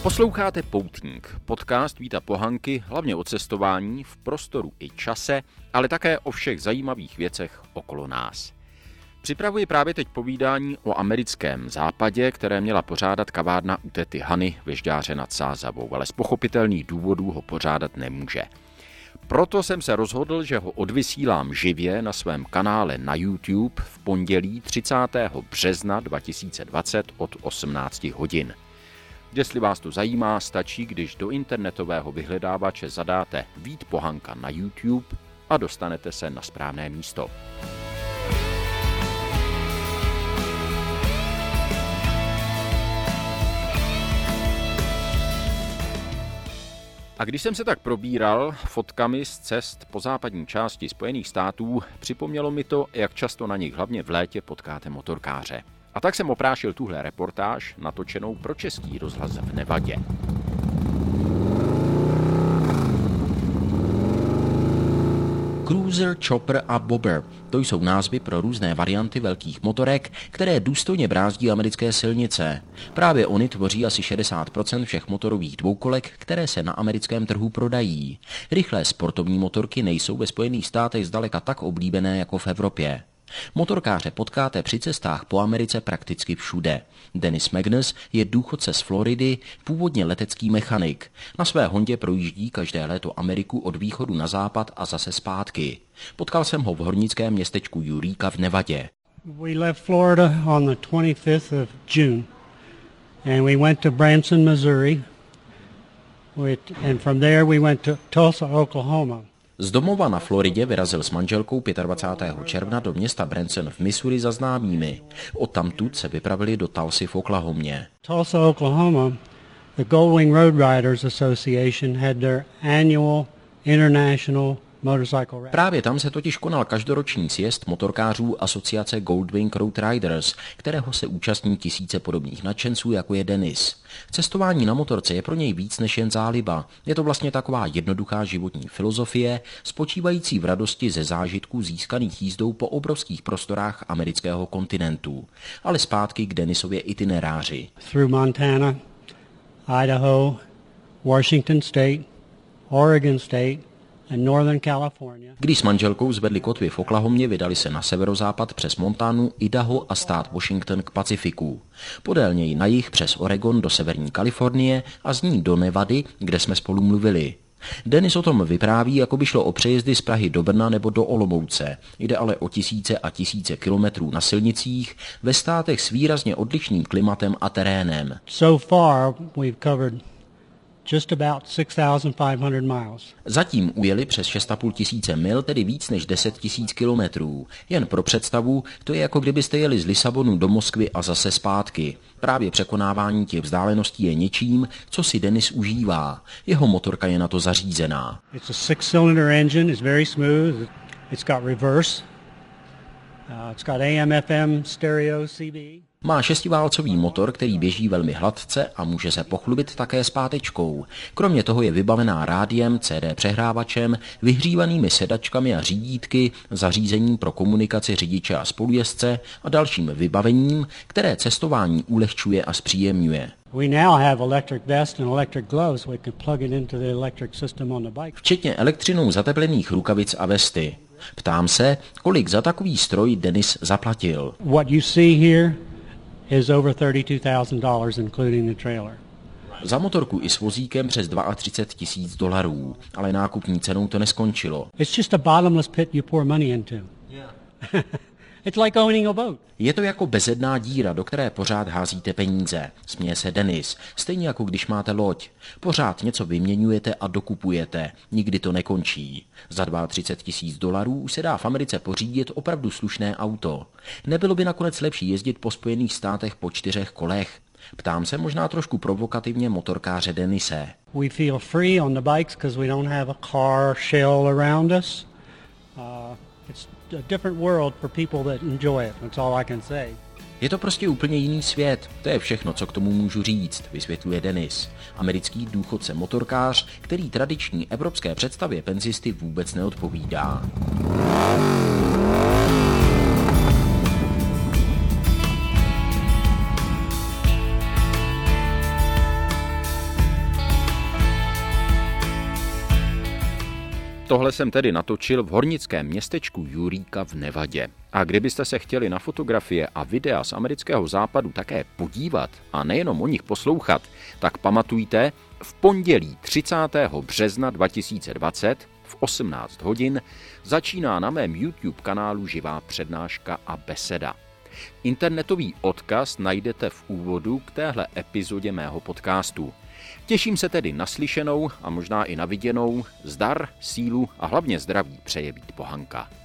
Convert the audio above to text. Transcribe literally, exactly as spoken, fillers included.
Posloucháte Poutník, podcast Víta Pohanky, hlavně o cestování v prostoru i čase, ale také o všech zajímavých věcech okolo nás. Připravuji právě teď povídání o americkém západě, které měla pořádat kavárna u tety Hany ve Žďáře nad Sázavou, ale z pochopitelných důvodů ho pořádat nemůže. Proto jsem se rozhodl, že ho odvysílám živě na svém kanále na YouTube v pondělí třicátého března dva tisíce dvacet od osmnácti hodin. Jestli vás to zajímá, stačí, když do internetového vyhledávače zadáte Vít Pohanka na YouTube a dostanete se na správné místo. A když jsem se tak probíral fotkami z cest po západní části Spojených států, připomnělo mi to, jak často na nich hlavně v létě potkáte motorkáře. A tak jsem oprášil tuhle reportáž, natočenou pro Český rozhlas v Nevadě. Cruiser, Chopper a Bobber. To jsou názvy pro různé varianty velkých motorek, které důstojně brázdí americké silnice. Právě oni tvoří asi šedesát procent všech motorových dvoukolek, které se na americkém trhu prodají. Rychlé sportovní motorky nejsou ve Spojených státech zdaleka tak oblíbené jako v Evropě. Motorkáře potkáte při cestách po Americe prakticky všude. Dennis Magnus je důchodce z Floridy, původně letecký mechanik. Na své Hondě projíždí každé léto Ameriku od východu na západ a zase zpátky. Potkal jsem ho v hornickém městečku Eureka v Nevadě. We left Florida on the twenty-fifth of June and we went to Branson, Missouri. And from there we went to Tulsa, Oklahoma. Z domova na Floridě vyrazil s manželkou dvacátého pátého června do města Branson v Missouri za známými. Odtamtud se vypravili do Tulsy v Oklahomě. Tulsa, Oklahoma, the Goldwing Road Riders Association had their annual international motorcycle rally. Právě tam se totiž konal každoroční sjezd motorkářů asociace Goldwing Road Riders, kterého se účastní tisíce podobných nadšenců, jako je Dennis. Cestování na motorce je pro něj víc než jen záliba. Je to vlastně taková jednoduchá životní filozofie, spočívající v radosti ze zážitků získaných jízdou po obrovských prostorách amerického kontinentu. Ale zpátky k Dennisově itineráři. Through Montana, Idaho, Washington State, Oregon State, Když s manželkou zvedli kotvy v Oklahomě, vydali se na severozápad přes Montanu, Idaho a stát Washington k Pacifiku. Podél něj na jih přes Oregon do severní Kalifornie a z ní do Nevady, kde jsme spolu mluvili. Dennis o tom vypráví, jako by šlo o přejezdy z Prahy do Brna nebo do Olomouce. Jde ale o tisíce a tisíce kilometrů na silnicích ve státech s výrazně odlišným klimatem a terénem. So far we've covered just about six thousand five hundred miles. Zatím ujeli přes šest a půl tisíce mil, tedy víc než deset tisíc kilometrů. Jen pro představu, to je jako kdybyste jeli z Lisabonu do Moskvy a zase zpátky. Právě překonávání těch vzdáleností je něčím, co si Dennis užívá. Jeho motorka je na to zařízená. It's a six-cylinder engine, it's very smooth. It's got reverse. Uh, it's got A M F M stereo C B. Má šestiválcový motor, který běží velmi hladce a může se pochlubit také zpátečkou. Kromě toho je vybavená rádiem, C D přehrávačem, vyhřívanými sedačkami a řídítky, zařízením pro komunikaci řidiče a spolujezdce a dalším vybavením, které cestování ulehčuje a zpříjemňuje. We now have electric vest and electric gloves. We can plug it into the electric system on the bike. Včetně elektřinou zateplených rukavic a vesty. Ptám se, kolik za takový stroj Dennis zaplatil. What you see here is over thirty-two thousand dollars including the trailer. Za motorku i s vozíkem přes třicet dva tisíc dolarů, ale nákupní cenou to neskončilo. It's just a bottomless pit you pour money into. Yeah. It's like owning a boat. Je to jako bezedná díra, do které pořád házíte peníze, směje se Dennis, stejně jako když máte loď. Pořád něco vyměňujete a dokupujete, nikdy to nekončí. Za třicet dva tisíc dolarů se dá v Americe pořídit opravdu slušné auto. Nebylo by nakonec lepší jezdit po Spojených státech po čtyřech kolech? Ptám se možná trošku provokativně motorkáře Dennise. We feel free on the bikes because we don't have a car shell around us. Uh, it's a different world for people that enjoy it. That's all I can say. Je to prostě úplně jiný svět. To je všechno, co k tomu můžu říct, vysvětluje Dennis. Americký důchodce motorkář, který tradiční evropské představě penzisty vůbec neodpovídá. Tohle jsem tedy natočil v hornickém městečku Eureka v Nevadě. A kdybyste se chtěli na fotografie a videa z amerického západu také podívat a nejenom o nich poslouchat, tak pamatujte, v pondělí třicátého března dva tisíce dvacet v osmnáct hodin začíná na mém YouTube kanálu živá přednáška a beseda. Internetový odkaz najdete v úvodu k téhle epizodě mého podcastu. Těším se tedy na slyšenou a možná i na viděnou. Zdar, sílu a hlavně zdraví přeje Vít Pohanka.